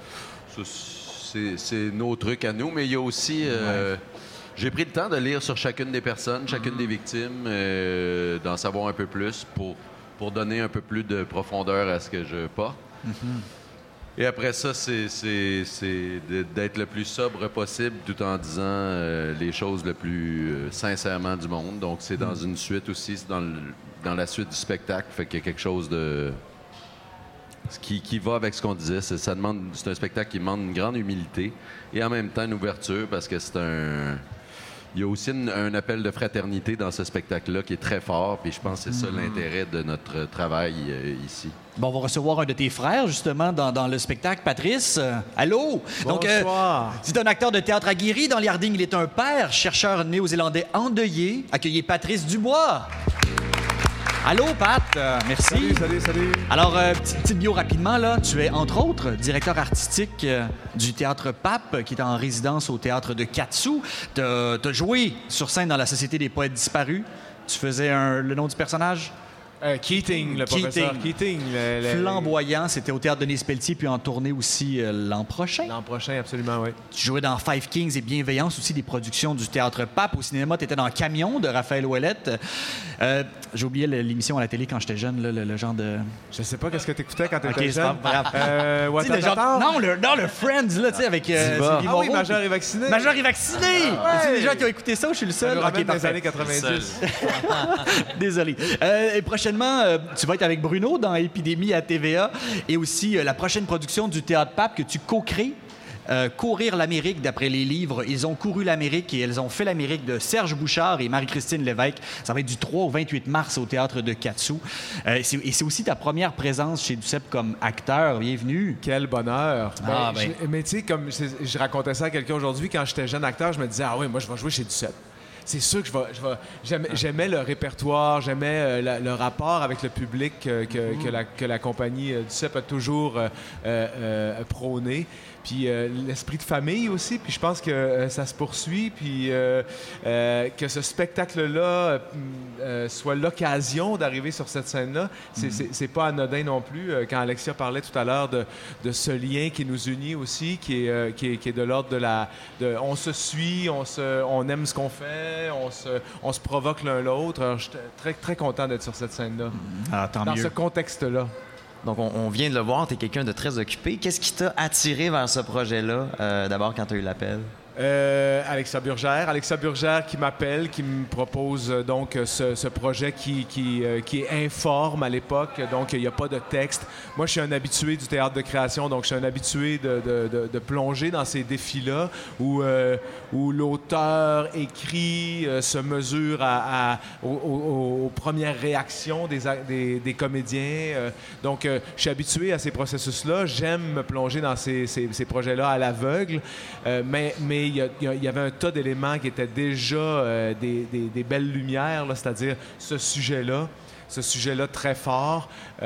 c'est nos trucs à nous, mais il y a aussi... Euh, ouais. J'ai pris le temps de lire sur chacune des personnes, chacune mm-hmm. des victimes, euh, d'en savoir un peu plus pour, pour donner un peu plus de profondeur à ce que je porte. Mm-hmm. Et après ça, c'est d'être le plus sobre possible tout en disant euh, les choses le plus euh, sincèrement du monde. Donc, c'est dans une suite aussi, c'est dans, le, dans la suite du spectacle. Fait qu'il y a quelque chose de... Qui, qui va avec ce qu'on disait. C'est un spectacle qui demande une grande humilité et en même temps une ouverture parce que c'est un... Il y a aussi une, un appel de fraternité dans ce spectacle-là qui est très fort, puis je pense que c'est ça l'intérêt de notre travail euh, ici. Bon, on va recevoir un de tes frères, justement, dans, dans le spectacle, Patrice. Euh, allô? Bonsoir. Donc, euh, c'est un acteur de théâtre aguerri. Dans les Harding, il est un père, chercheur néo-zélandais endeuillé. Accueillez Patrice Dubois. Allô, Pat. Euh, merci. Salut, salut, salut. Alors, euh, petite, petite bio rapidement, là. Tu es, entre autres, directeur artistique euh, du Théâtre Pape, qui est en résidence au Théâtre de Katsu. Tu as joué sur scène dans la Société des poètes disparus. Tu faisais un, le nom du personnage? Euh, Keating, le Keating. professeur Keating. Le, le... Flamboyant, c'était au Théâtre Denise Pelletier, puis en tournée aussi euh, l'an prochain. L'an prochain, absolument, oui. Tu jouais dans Five Kings et Bienveillance, aussi des productions du Théâtre Pape. Au cinéma, tu étais dans Camion de Raphaël Ouellette. Euh, J'ai oublié l'émission à la télé quand j'étais jeune, là, le, le genre de... Je sais pas qu'est-ce que tu écoutais quand tu étais okay, jeune. Euh, what le genre... Non, le, non, le Friends, là, tu sais, avec... Euh, ah oui, Majeur et vacciné. Majeur et vacciné! Ah, ouais. C'est des gens qui ont écouté ça ou je suis le seul? Ça nous ramène dans les années quatre-vingt-dix. Désolé. Euh, et prochainement, euh, tu vas être avec Bruno dans Épidémie à T V A et aussi euh, la prochaine production du Théâtre Pape que tu co-crées Euh, courir l'Amérique, d'après les livres, ils ont couru l'Amérique et elles ont fait l'Amérique de Serge Bouchard et Marie-Christine Lévesque. Ça va être du trois au vingt-huit mars au Théâtre de Katsou. Euh, et, c'est, et c'est aussi ta première présence chez Duceppe comme acteur. Bienvenue. Quel bonheur. Ah, Ben, ben. je- mais tu sais, comme je, je racontais ça à quelqu'un aujourd'hui, quand j'étais jeune acteur, je me disais, ah oui, moi, je vais jouer chez Duceppe. C'est sûr que je vais. Je vais j'aimais, j'aimais le répertoire, j'aimais euh, la- le rapport avec le public euh, que, que, la, que la compagnie euh, Duceppe a toujours euh, euh, euh, prôné. Puis euh, l'esprit de famille aussi. Puis je pense que euh, ça se poursuit. Puis euh, euh, que ce spectacle-là euh, euh, soit l'occasion d'arriver sur cette scène-là, c'est, mm-hmm. c'est, c'est pas anodin non plus. Euh, quand Alexia parlait tout à l'heure de, de ce lien qui nous unit aussi, qui est, euh, qui est, qui est de l'ordre de la... De, on se suit, on, se, on aime ce qu'on fait, on se, on se provoque l'un l'autre. Alors, j'étais très, très content d'être sur cette scène-là. Ah, tant Dans mieux. ce contexte-là. Donc, on, on vient de le voir, tu es quelqu'un de très occupé. Qu'est-ce qui t'a attiré vers ce projet-là, euh, d'abord, quand tu as eu l'appel? Euh, Alexa Burgère. Alexa Burgère qui m'appelle, qui me propose euh, donc ce, ce projet qui, qui, euh, qui est informe à l'époque, donc il n'y a pas de texte. Moi, je suis un habitué du théâtre de création, donc je suis un habitué de, de, de, de plonger dans ces défis-là où, euh, où l'auteur écrit, euh, se mesure à, à, aux, aux, aux premières réactions des, des, des comédiens. Euh, donc, euh, je suis habitué à ces processus-là. J'aime me plonger dans ces, ces, ces projets-là à l'aveugle, euh, mais, mais il y, a, il y avait un tas d'éléments qui étaient déjà euh, des, des, des belles lumières, là, c'est-à-dire ce sujet-là, ce sujet-là très fort,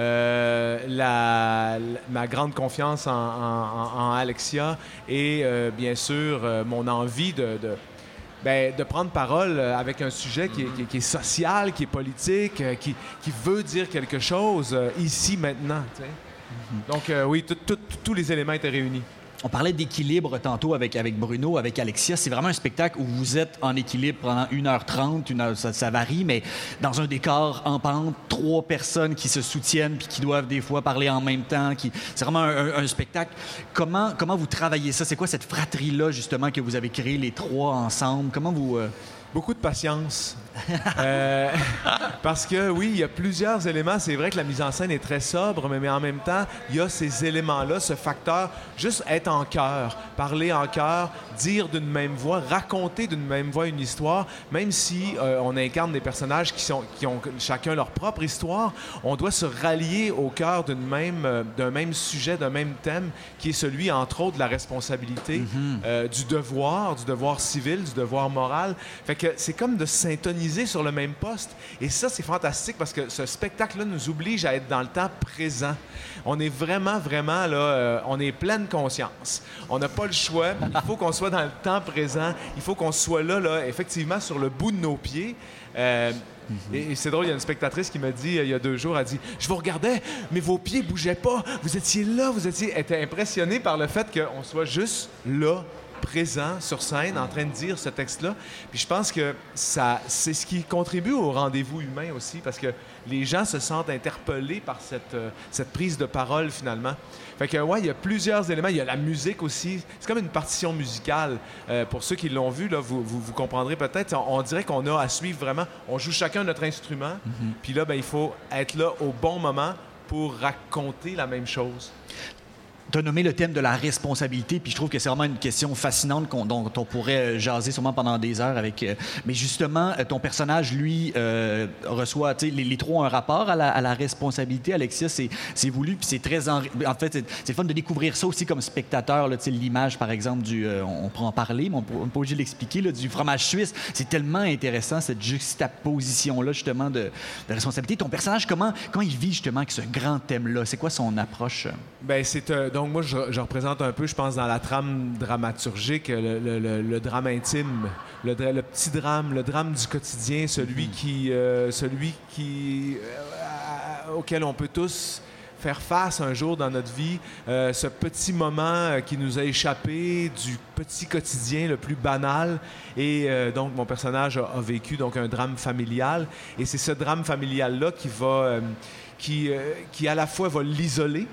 euh, la, la, ma grande confiance en, en, en Alexia et euh, bien sûr euh, mon envie de, de Ben, de prendre parole avec un sujet qui est, qui est, qui est social, qui est politique, euh, qui, qui veut dire quelque chose euh, ici, maintenant. Tu sais. Mm-hmm. Donc, euh, oui, tous les éléments étaient réunis. On parlait d'équilibre tantôt avec, avec Bruno, avec Alexia. C'est vraiment un spectacle où vous êtes en équilibre pendant une heure trente, une heure, ça, ça varie, mais dans un décor en pente, trois personnes qui se soutiennent puis qui doivent des fois parler en même temps. Qui... C'est vraiment un, un, un spectacle. Comment, comment vous travaillez ça? C'est quoi cette fratrie-là, justement, que vous avez créée les trois ensemble? Comment vous... Euh... Beaucoup de patience. euh, parce que, oui, il y a plusieurs éléments. C'est vrai que la mise en scène est très sobre, mais, mais en même temps, il y a ces éléments-là, ce facteur, juste être en chœur, parler en chœur, dire d'une même voix, raconter d'une même voix une histoire, même si euh, on incarne des personnages qui, sont, qui ont chacun leur propre histoire, on doit se rallier au cœur d'une même, euh, d'un même sujet, d'un même thème, qui est celui, entre autres, de la responsabilité, mm-hmm. euh, du devoir, du devoir civil, du devoir moral. Fait que c'est comme de syntoniser sur le même poste. Et ça, c'est fantastique parce que ce spectacle-là nous oblige à être dans le temps présent. On est vraiment, vraiment, là, euh, on est pleine conscience. On n'a pas le choix. Il faut qu'on soit dans le temps présent. Il faut qu'on soit là, là, effectivement, sur le bout de nos pieds. Euh, Mm-hmm. Et, et c'est drôle, il y a une spectatrice qui m'a dit, il y a deux jours, elle a dit « Je vous regardais, mais vos pieds bougeaient pas. Vous étiez là, vous étiez... » Elle était impressionnée par le fait qu'on soit juste là, présent, sur scène, en train de dire ce texte-là. Puis je pense que ça, c'est ce qui contribue au rendez-vous humain aussi, parce que les gens se sentent interpellés par cette, euh, cette prise de parole, finalement. Fait que, ouais, il y a plusieurs éléments. Il y a la musique aussi. C'est comme une partition musicale. Euh, pour ceux qui l'ont vu, là, vous, vous, vous comprendrez peut-être. On, on dirait qu'on a à suivre vraiment. On joue chacun notre instrument. Mm-hmm. Puis là, ben, il faut être là au bon moment pour raconter la même chose. Tu as nommé le thème de la responsabilité, puis je trouve que c'est vraiment une question fascinante qu'on, dont on pourrait jaser sûrement pendant des heures avec... Euh, mais justement, ton personnage, lui, euh, reçoit... Tu sais, les, les trois ont un rapport à la, à la responsabilité. Alexia, c'est, c'est voulu, puis c'est très... En, en fait, c'est, c'est fun de découvrir ça aussi comme spectateur. Là, tu sais, l'image, par exemple, du... Euh, on peut en parler, mais on n'est pas obligé de l'expliquer, là, du fromage suisse. C'est tellement intéressant, cette juxtaposition-là, justement, de, de responsabilité. Ton personnage, comment, comment il vit, justement, avec ce grand thème-là? C'est quoi son approche? Bien, c'est... Euh, donc, moi, je, je représente un peu, je pense, dans la trame dramaturgique, le, le, le, le drame intime, le, le petit drame, le drame du quotidien, celui qui, euh, celui qui, euh, auquel on peut tous faire face un jour dans notre vie, euh, ce petit moment qui nous a échappé du petit quotidien le plus banal. Et euh, donc, mon personnage a, a vécu donc un drame familial. Et c'est ce drame familial-là qui va, euh, qui, euh, qui à la fois va l'isoler,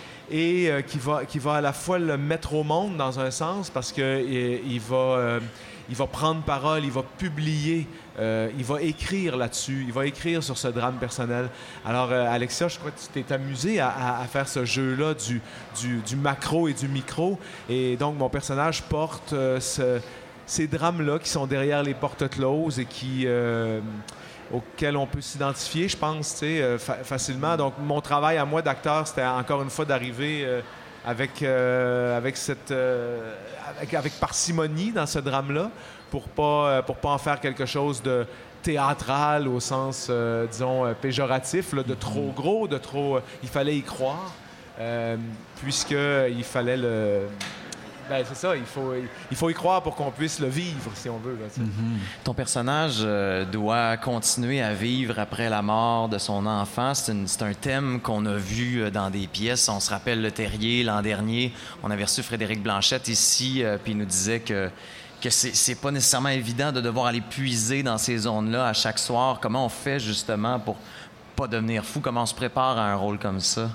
et euh, qui, va, qui va à la fois le mettre au monde dans un sens parce qu'il il va, euh, il va prendre parole, il va publier, euh, il va écrire là-dessus, il va écrire sur ce drame personnel. Alors, euh, Alexia, je crois que tu t'es amusée à, à, à faire ce jeu-là du, du, du macro et du micro. Et donc, mon personnage porte euh, ce, ces drames-là qui sont derrière les portes closes et qui... Euh, auxquels on peut s'identifier, je pense, tu sais, euh, fa- facilement. Donc, mon travail à moi d'acteur, c'était encore une fois d'arriver euh, avec, euh, avec, cette, euh, avec, avec parcimonie dans ce drame-là pour pas, euh, pour pas en faire quelque chose de théâtral au sens, euh, disons, euh, péjoratif, là, de trop gros, de trop... Euh, il fallait y croire, euh, puisqu'il fallait le... Ben, c'est ça, il faut, il faut y croire pour qu'on puisse le vivre, si on veut. Là, mm-hmm. Ton personnage euh, doit continuer à vivre après la mort de son enfant. C'est, une, c'est un thème qu'on a vu dans des pièces. On se rappelle Le Terrier, l'an dernier. On avait reçu Frédéric Blanchette ici, euh, puis il nous disait que, que c'est, c'est pas nécessairement évident de devoir aller puiser dans ces zones-là à chaque soir. Comment on fait, justement, pour pas devenir fou? Comment on se prépare à un rôle comme ça?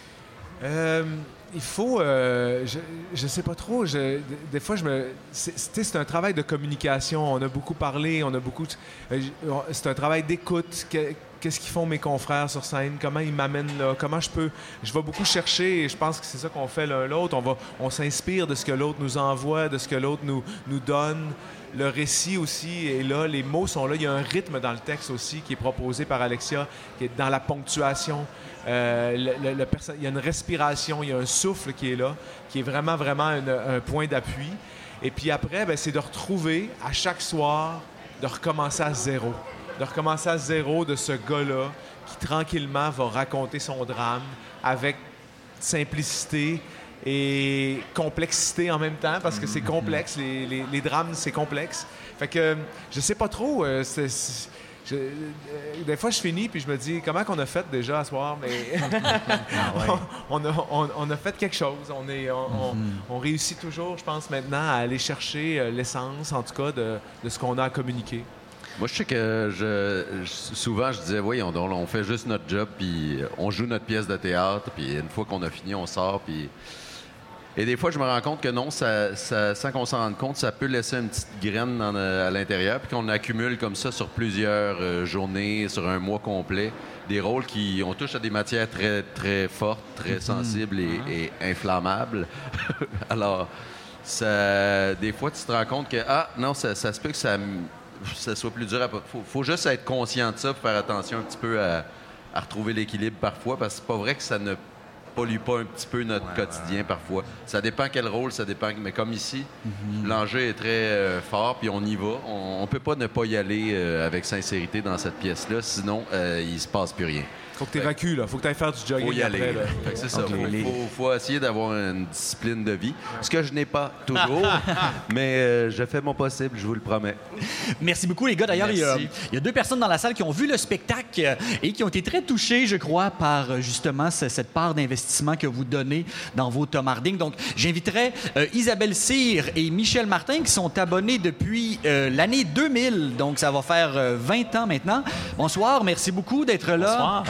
Euh... Il faut... Euh, je, je sais pas trop. Je, des fois, je me... C'est, c'est un travail de communication. On a beaucoup parlé, on a beaucoup... Euh, c'est un travail d'écoute. Que, qu'est-ce qu'ils font mes confrères sur scène? Comment ils m'amènent là? Comment je peux... Je vais beaucoup chercher, et je pense que c'est ça qu'on fait l'un l'autre. On, va, on s'inspire de ce que l'autre nous envoie, de ce que l'autre nous, nous donne. Le récit aussi est là, les mots sont là. Il y a un rythme dans le texte aussi qui est proposé par Alexia, qui est dans la ponctuation. Euh, le, le, le perso- il y a une respiration, il y a un souffle qui est là, qui est vraiment, vraiment une, un point d'appui. Et puis après, ben, c'est de retrouver à chaque soir, de recommencer à zéro. De recommencer à zéro de ce gars-là qui, tranquillement, va raconter son drame avec simplicité et complexité en même temps, parce que c'est complexe. Les, les, les drames, c'est complexe. Fait que je sais pas trop. Euh, c'est, c'est, je, euh, des fois, je finis puis je me dis comment qu'on a fait déjà à soir, mais on, on, a, on, on a fait quelque chose. On, est, on, on, on réussit toujours, je pense, maintenant à aller chercher euh, l'essence, en tout cas, de, de ce qu'on a à communiquer. Moi, je sais que je, je, souvent, je disais, voyons donc, on fait juste notre job, puis on joue notre pièce de théâtre, puis une fois qu'on a fini, on sort, puis... Et des fois, je me rends compte que non, ça, ça, sans qu'on s'en rende compte, ça peut laisser une petite graine dans, à l'intérieur, puis qu'on accumule comme ça sur plusieurs euh, journées, sur un mois complet, des rôles qui, on touche à des matières très, très fortes, très mm-hmm. sensibles et, mm-hmm. et inflammables. Alors, ça, des fois, tu te rends compte que, ah, non, ça, ça se peut que ça... ça soit plus dur. Il faut, faut juste être conscient de ça pour faire attention un petit peu à, à retrouver l'équilibre parfois, parce que c'est pas vrai que ça ne pollue pas un petit peu notre ouais, quotidien ouais. parfois. Ça dépend quel rôle, ça dépend. Mais comme ici, mm-hmm. l'enjeu est très euh, fort, puis on y va. On, on peut pas ne pas y aller euh, avec sincérité dans cette pièce-là, sinon euh, il se passe plus rien. Faut que tu évacues, là. Faut que tu ailles faire du jogging faut y aller, après. Là. Fait que c'est ça. Il okay, faut, faut, faut essayer d'avoir une discipline de vie. Ce que je n'ai pas toujours, mais euh, je fais mon possible, je vous le promets. Merci beaucoup, les gars. D'ailleurs, il y, a, il y a deux personnes dans la salle qui ont vu le spectacle et qui ont été très touchées, je crois, par justement cette part d'investissement que vous donnez dans vos tomardings. Donc, j'inviterai euh, Isabelle Cyr et Michel Martin qui sont abonnés depuis euh, l'année deux mille. Donc, ça va faire euh, vingt ans maintenant. Bonsoir. Merci beaucoup d'être là. Bonsoir.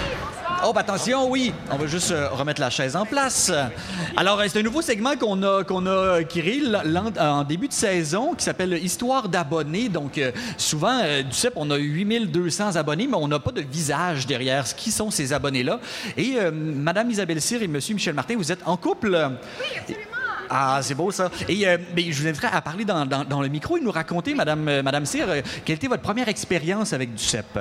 Oh, ben attention, oui. On va juste euh, remettre la chaise en place. Alors, euh, c'est un nouveau segment qu'on a, qu'on a créé en début de saison qui s'appelle Histoire d'abonnés. Donc, euh, souvent, euh, du C E P, on a huit mille deux cents abonnés, mais on n'a pas de visage derrière. Qui sont ces abonnés-là? Et euh, Mme Isabelle Cyr et M. Michel Martin, vous êtes en couple? Oui, absolument. Ah, c'est beau, ça. Et euh, mais je vous inviterai à parler dans, dans, dans le micro et nous raconter, Madame, euh, Madame Cyr, euh, quelle était votre première expérience avec du C E P?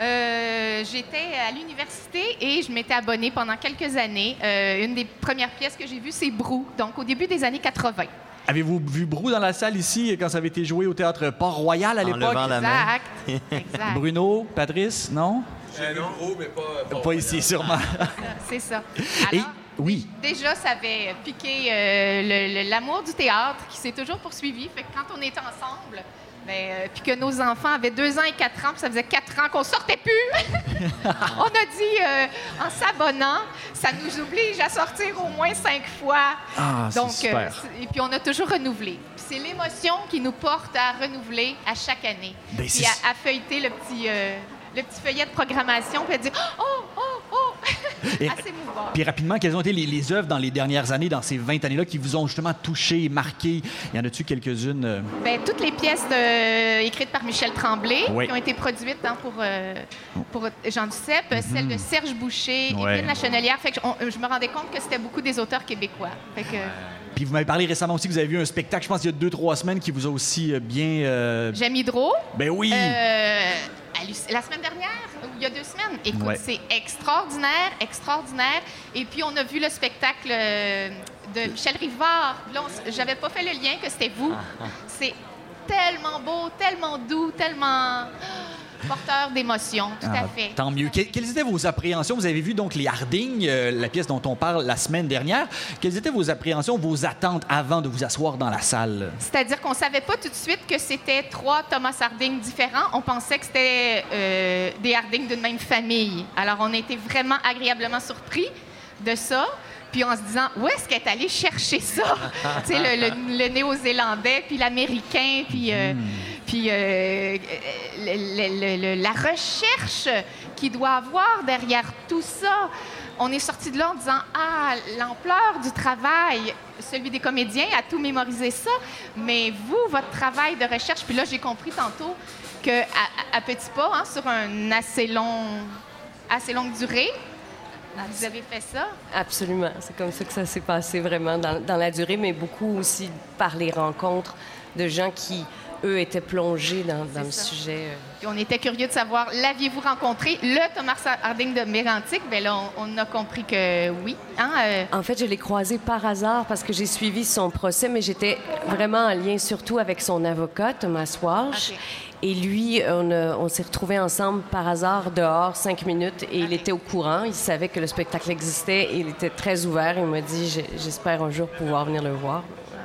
Euh, j'étais à l'université et je m'étais abonnée pendant quelques années. Euh, une des premières pièces que j'ai vues, c'est Brou, donc au début des années quatre-vingt. Avez-vous vu Brou dans la salle ici quand ça avait été joué au Théâtre Port-Royal à l'époque? En levant la main. Exact. exact. Bruno, Patrice, non? J'ai vu Brou, mais pas... Pas, pas ici, sûrement. C'est ça. Alors, et, oui. Déjà, ça avait piqué euh, le, le, l'amour du théâtre qui s'est toujours poursuivi. Fait que quand on était ensemble, ben, euh, puis que nos enfants avaient deux ans et quatre ans, puis ça faisait quatre ans qu'on sortait plus, on a dit, euh, en s'abonnant, ça nous oblige à sortir au moins cinq fois. Ah, Donc, c'est super. Euh, et puis on a toujours renouvelé. Puis c'est l'émotion qui nous porte à renouveler à chaque année. Ben, puis à, à feuilleter le petit... Euh, le petit feuillet de programmation, puis elle dit « Oh, oh, oh! » Et, assez mouvant. Puis rapidement, quelles ont été les, les œuvres dans les dernières années, dans ces vingt années-là, qui vous ont justement touché, marqué? Y en a-tu quelques-unes? Euh... Bien, toutes les pièces de, écrites par Michel Tremblay Oui. qui ont été produites hein, pour, euh, pour Jean Duceppe, mm-hmm. celle de Serge Boucher, Ouais. Évelyne Lachenelière. Fait que on- je me rendais compte que c'était beaucoup des auteurs québécois. Fait que, Puis vous m'avez parlé récemment aussi que vous avez vu un spectacle, je pense il y a deux, trois semaines, qui vous a aussi euh, bien... euh, J'aime Hydro. Ben oui! Euh, halluc- la semaine dernière, ou il y a deux semaines. Écoute, Ouais. c'est extraordinaire, extraordinaire. Et puis, on a vu le spectacle euh, de Michel Rivard. Là, on s- j'avais pas fait le lien que c'était vous. C'est tellement beau, tellement doux, tellement porteur d'émotions, tout Ah, à fait. Tant mieux. Que- quelles étaient vos appréhensions? Vous avez vu donc Les Hardings, euh, la pièce dont on parle la semaine dernière. Quelles étaient vos appréhensions, vos attentes avant de vous asseoir dans la salle? C'est-à-dire qu'on savait pas tout de suite que c'était trois Thomas Harding différents. On pensait que c'était euh, des Harding d'une même famille. Alors, on a été vraiment agréablement surpris de ça. Puis en se disant, où est-ce qu'elle est allée chercher ça? Tu sais, le, le- le Néo-Zélandais, puis l'Américain, puis, euh, puis euh, le- le- le- la recherche qu'il doit avoir derrière tout ça. On est sorti de là en disant, ah, l'ampleur du travail, celui des comédiens, a tout mémorisé ça, mais vous, votre travail de recherche, puis là, j'ai compris tantôt qu'à à, à petits pas, hein, sur un assez long, assez longue durée, vous avez fait ça. Absolument. C'est comme ça que ça s'est passé vraiment dans, dans la durée, mais beaucoup aussi par les rencontres de gens qui, eux, étaient plongés dans, dans le ça. sujet. euh. Puis on était curieux de savoir, l'aviez-vous rencontré, le Thomas Harding de Mérantic? Bien là, on, on a compris que oui. Hein, euh, En fait, je l'ai croisé par hasard parce que j'ai suivi son procès, mais j'étais vraiment en lien surtout avec son avocat, Thomas Walsh. OK. Et lui, on, a- on s'est retrouvés ensemble par hasard dehors, cinq minutes, et il OK. était au courant. Il savait que le spectacle existait et il était très ouvert. Il m'a dit, J'ai- j'espère un jour pouvoir venir le voir.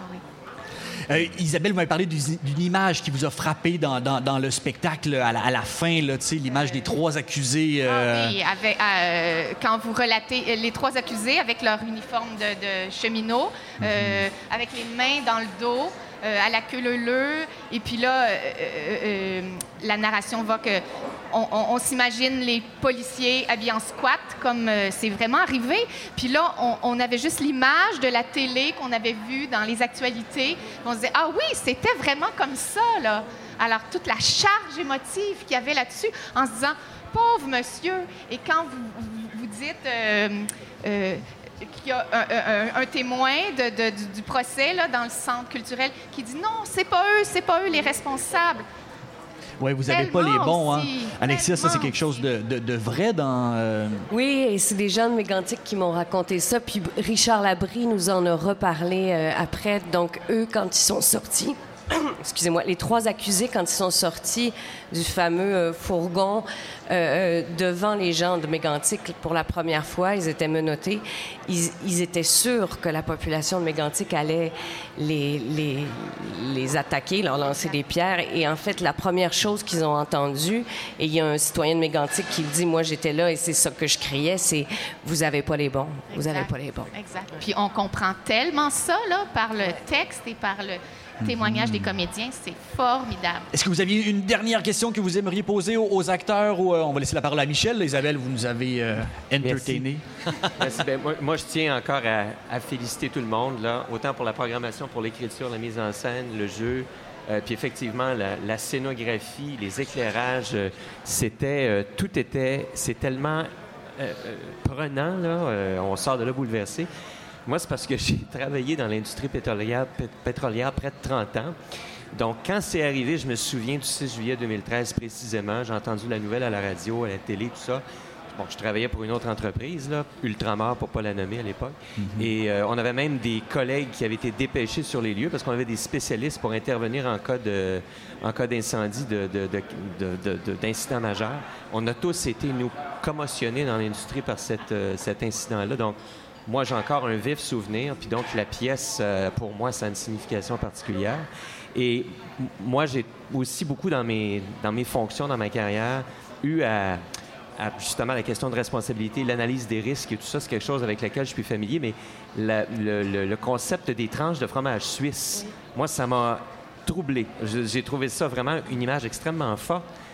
Euh, Isabelle, vous m'avez parlé d'une d'une image qui vous a frappé dans, dans- dans le spectacle à la, à la fin, là, tu sais, l'image des trois accusés. euh, Ah oui, avec, euh, quand vous relatez euh, les trois accusés avec leur uniforme de, de cheminot, euh, avec les mains dans le dos, euh, à la queue leu-leu, et puis là, euh, euh, euh, la narration va que on, on- on s'imagine les policiers habillés en squat, comme euh, c'est vraiment arrivé. Puis là, on, on avait juste l'image de la télé qu'on avait vue dans les actualités. On se disait, ah oui, c'était vraiment comme ça, là. Alors, toute la charge émotive qu'il y avait là-dessus, en se disant, pauvre monsieur. Et quand vous, vous, vous dites euh, euh, qu'il y a un, un- un témoin de- de- du, du procès là, dans le centre culturel qui dit, non, c'est pas eux, c'est pas eux les responsables. Ouais, vous n'avez pas les Tellement bons, hein? aussi, Alexia, ça, c'est tellement quelque chose aussi. de, de- de vrai dans... euh, Oui, et c'est des gens de Mégantic qui m'ont raconté ça. Puis Richard Labrie nous en a reparlé euh, après. Donc, eux, quand ils sont sortis, excusez-moi, les trois accusés, quand ils sont sortis du fameux euh, fourgon euh, euh, devant les gens de Mégantic pour la première fois, ils étaient menottés. Ils, ils étaient sûrs que la population de Mégantic allait les, les, les attaquer, leur lancer des pierres. Et en fait, la première chose qu'ils ont entendue, et il y a un citoyen de Mégantic qui dit, moi j'étais là et c'est ça que je criais, c'est « Vous avez pas les bons, vous avez Exact. pas les bons ». Exact. Puis on comprend tellement ça là, par le texte et par le témoignage des comédiens. C'est formidable. Est-ce que vous aviez une dernière question que vous aimeriez poser aux, aux acteurs? Ou, euh, on va laisser la parole à Michel. Isabelle, vous nous avez euh, entertainé. Merci. Ben, moi, moi, je tiens encore à, à féliciter tout le monde, là, autant pour la programmation, pour l'écriture, la mise en scène, le jeu. Euh, puis effectivement, la, la scénographie, les éclairages, euh, c'était... euh, tout était... C'est tellement euh, euh, prenant, là. Euh, on sort de là bouleversé. Moi, c'est parce que j'ai travaillé dans l'industrie pétrolière, pét- pétrolière près de trente ans. Donc, quand c'est arrivé, je me souviens du six juillet deux mille treize précisément. J'ai entendu la nouvelle à la radio, à la télé, tout ça. Bon, je travaillais pour une autre entreprise, là, Ultramar, pour ne pas la nommer à l'époque. Et euh, on avait même des collègues qui avaient été dépêchés sur les lieux parce qu'on avait des spécialistes pour intervenir en cas de, en cas d'incendie, de, de, de, de- de- de- d'incident majeur. On a tous été, nous, commotionnés dans l'industrie par cette, euh, cet incident-là. Donc, moi, j'ai encore un vif souvenir. Puis donc, la pièce, euh, pour moi, ça a une signification particulière. Et m- moi, j'ai aussi beaucoup dans mes, dans mes fonctions, dans ma carrière, eu à, à, justement la question de responsabilité, l'analyse des risques et tout ça, c'est quelque chose avec lequel je suis familier. Mais la- le, le- le concept des tranches de fromage suisse, moi, ça m'a troublé. Je- J'ai trouvé ça vraiment une image extrêmement forte.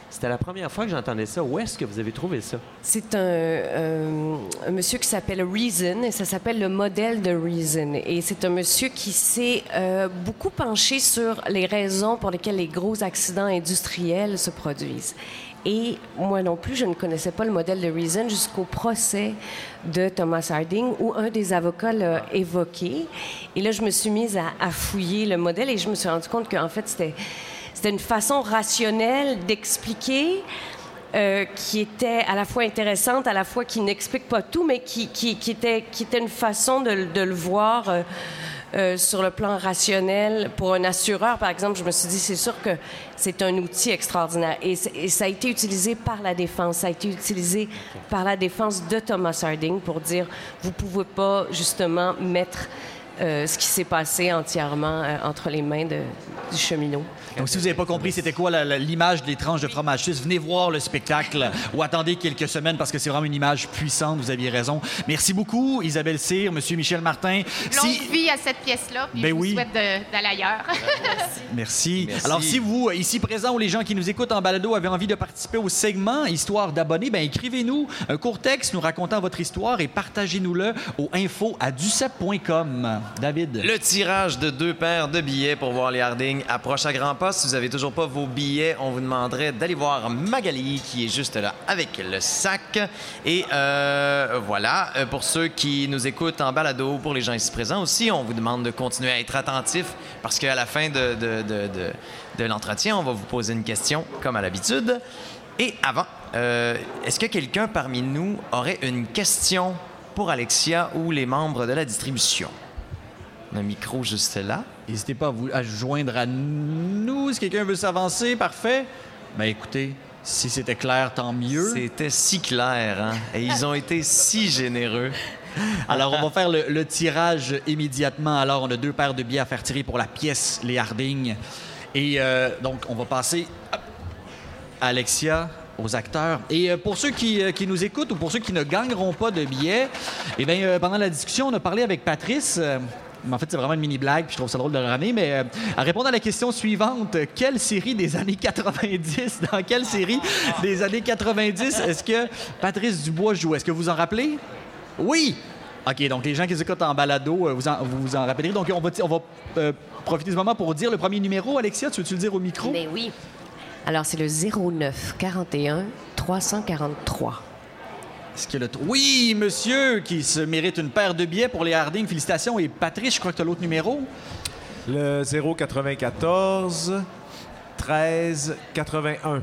C'était la première fois que j'entendais ça. Où est-ce que vous avez trouvé ça? C'est un, euh, un monsieur qui s'appelle Reason, et ça s'appelle le modèle de Reason. Et c'est un monsieur qui s'est euh, beaucoup penché sur les raisons pour lesquelles les gros accidents industriels se produisent. Et moi non plus, je ne connaissais pas le modèle de Reason jusqu'au procès de Thomas Harding, où un des avocats l'a évoqué. Et là, je me suis mise à, à fouiller le modèle et je me suis rendu compte qu'en fait, c'était, c'était une façon rationnelle d'expliquer euh, qui était à la fois intéressante, à la fois qui n'explique pas tout, mais qui, qui, qui, était, qui était une façon de, de le voir... Euh, Euh, sur le plan rationnel. Pour un assureur, par exemple, je me suis dit, c'est sûr que c'est un outil extraordinaire. Et, et ça a été utilisé par la défense. Ça a été utilisé par la défense de Thomas Harding pour dire, vous ne pouvez pas, justement, mettre euh, ce qui s'est passé entièrement euh, entre les mains de, du cheminot. Donc, si vous n'avez pas compris c'était quoi la, la, l'image des tranches de fromage suisse, venez voir le spectacle ou attendez quelques semaines parce que c'est vraiment une image puissante. Vous aviez raison. Merci beaucoup, Isabelle Cyr, Monsieur Michel Martin. Longue si... vie à cette pièce-là, puis ben je vous oui. souhaite de, d'aller ailleurs. Merci. Merci. Alors, si vous, ici présents ou les gens qui nous écoutent en balado, avez envie de participer au segment Histoire d'abonnés, ben écrivez-nous un court texte nous racontant votre histoire et partagez-nous-le au info à ducep point com. David. Le tirage de deux paires de billets pour voir les Harding approche à grands pas. Si vous n'avez toujours pas vos billets, on vous demanderait d'aller voir Magali, qui est juste là avec le sac. Et euh, voilà, pour ceux qui nous écoutent en balado, pour les gens ici présents aussi, on vous demande de continuer à être attentifs parce qu'à la fin de, de, de, de, de l'entretien, on va vous poser une question, comme à l'habitude. Et avant, euh, est-ce que quelqu'un parmi nous aurait une question pour Alexia ou les membres de la distribution? On a un micro juste là. N'hésitez pas à vous à joindre à nous. Si quelqu'un veut s'avancer, parfait. Ben écoutez, si c'était clair, tant mieux. C'était si clair, hein? Et ils ont été si généreux. Alors, on va faire le, le tirage immédiatement. Alors, on a deux paires de billets à faire tirer pour la pièce Les Harding. Et euh, donc, on va passer hop, à Alexia, aux acteurs. Et euh, pour ceux qui, euh, qui nous écoutent ou pour ceux qui ne gagneront pas de billets, eh bien, euh, pendant la discussion, on a parlé avec Patrice... Euh, Mais en fait, c'est vraiment une mini-blague, puis je trouve ça drôle de le ramener. Mais euh, à répondre à la question suivante, quelle série des années quatre-vingt-dix, dans quelle série des années quatre-vingt-dix est-ce que Patrice Dubois joue? Est-ce que vous vous en rappelez? Oui! OK, donc les gens qui nous écoutent en balado, euh, vous, en, vous vous en rappellerez. Donc, on va, on va euh, profiter de ce moment pour dire le premier numéro. Alexia, tu veux-tu le dire au micro? Mais oui. Alors, c'est le zéro neuf quarante et un trois cent quarante-trois. Est-ce que le... Oui, monsieur, qui se mérite une paire de billets pour les Harding. Félicitations. Et Patrice, je crois que tu as l'autre numéro. Le zéro quatre-vingt-quatorze treize quatre-vingt-un.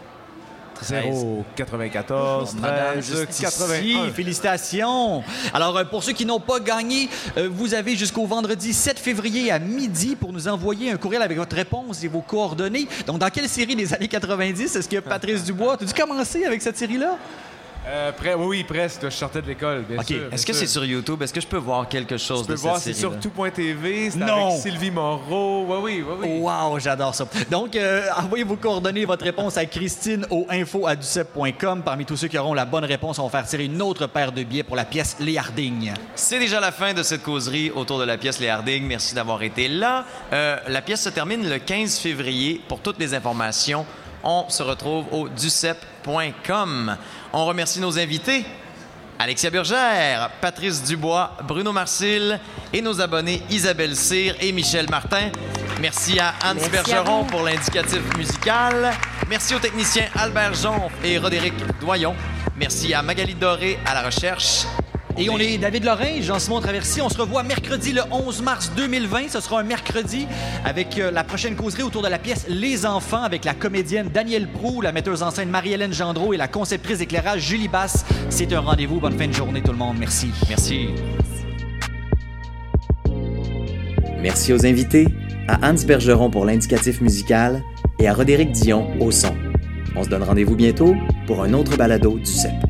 zéro quatre-vingt-quatorze treize quatre-vingt-un. Félicitations. Alors, euh, pour ceux qui n'ont pas gagné, euh, vous avez jusqu'au vendredi sept février à midi pour nous envoyer un courriel avec votre réponse et vos coordonnées. Donc, dans quelle série des années quatre-vingt-dix est-ce que Patrice Dubois... As-tu commencé avec cette série-là? Euh, près, oui, oui, presque. Je sortais de l'école, bien OK. sûr. bien Est-ce que sûr. c'est sur YouTube? Est-ce que je peux voir quelque chose Tu peux de voir, cette c'est série-là? sur tout point T V. C'est Non. avec Sylvie Moreau. Oui, oui, oui, oui. Wow, j'adore ça. Donc, euh, envoyez vos coordonnées, votre réponse à Christine au info à ducep point com. Parmi tous ceux qui auront la bonne réponse, on va faire tirer une autre paire de billets pour la pièce Les Harding. C'est déjà la fin de cette causerie autour de la pièce Les Harding. Merci d'avoir été là. Euh, la pièce se termine le quinze février. Pour toutes les informations, on se retrouve au ducep point com. On remercie nos invités, Alexia Burgère, Patrice Dubois, Bruno Marcil et nos abonnés Isabelle Cyr et Michel Martin. Merci à Hans Merci Bergeron à vous. pour l'indicatif musical. Merci aux techniciens Albert Jonf et Rodéric Doyon. Merci à Magali Doré à la recherche. Et on est David Lorrain, Jean-Simon Traversy. On se revoit mercredi le onze mars deux mille vingt. Ce sera un mercredi avec euh, la prochaine causerie autour de la pièce Les Enfants avec la comédienne Danielle Proulx, la metteuse en scène Marie-Hélène Gendreau et la conceptrice d'éclairage Julie Basse. C'est un rendez-vous. Bonne fin de journée tout le monde. Merci. Merci. Merci aux invités, à Hans Bergeron pour l'indicatif musical et à Rodéric Dion au son. On se donne rendez-vous bientôt pour un autre balado du C E P.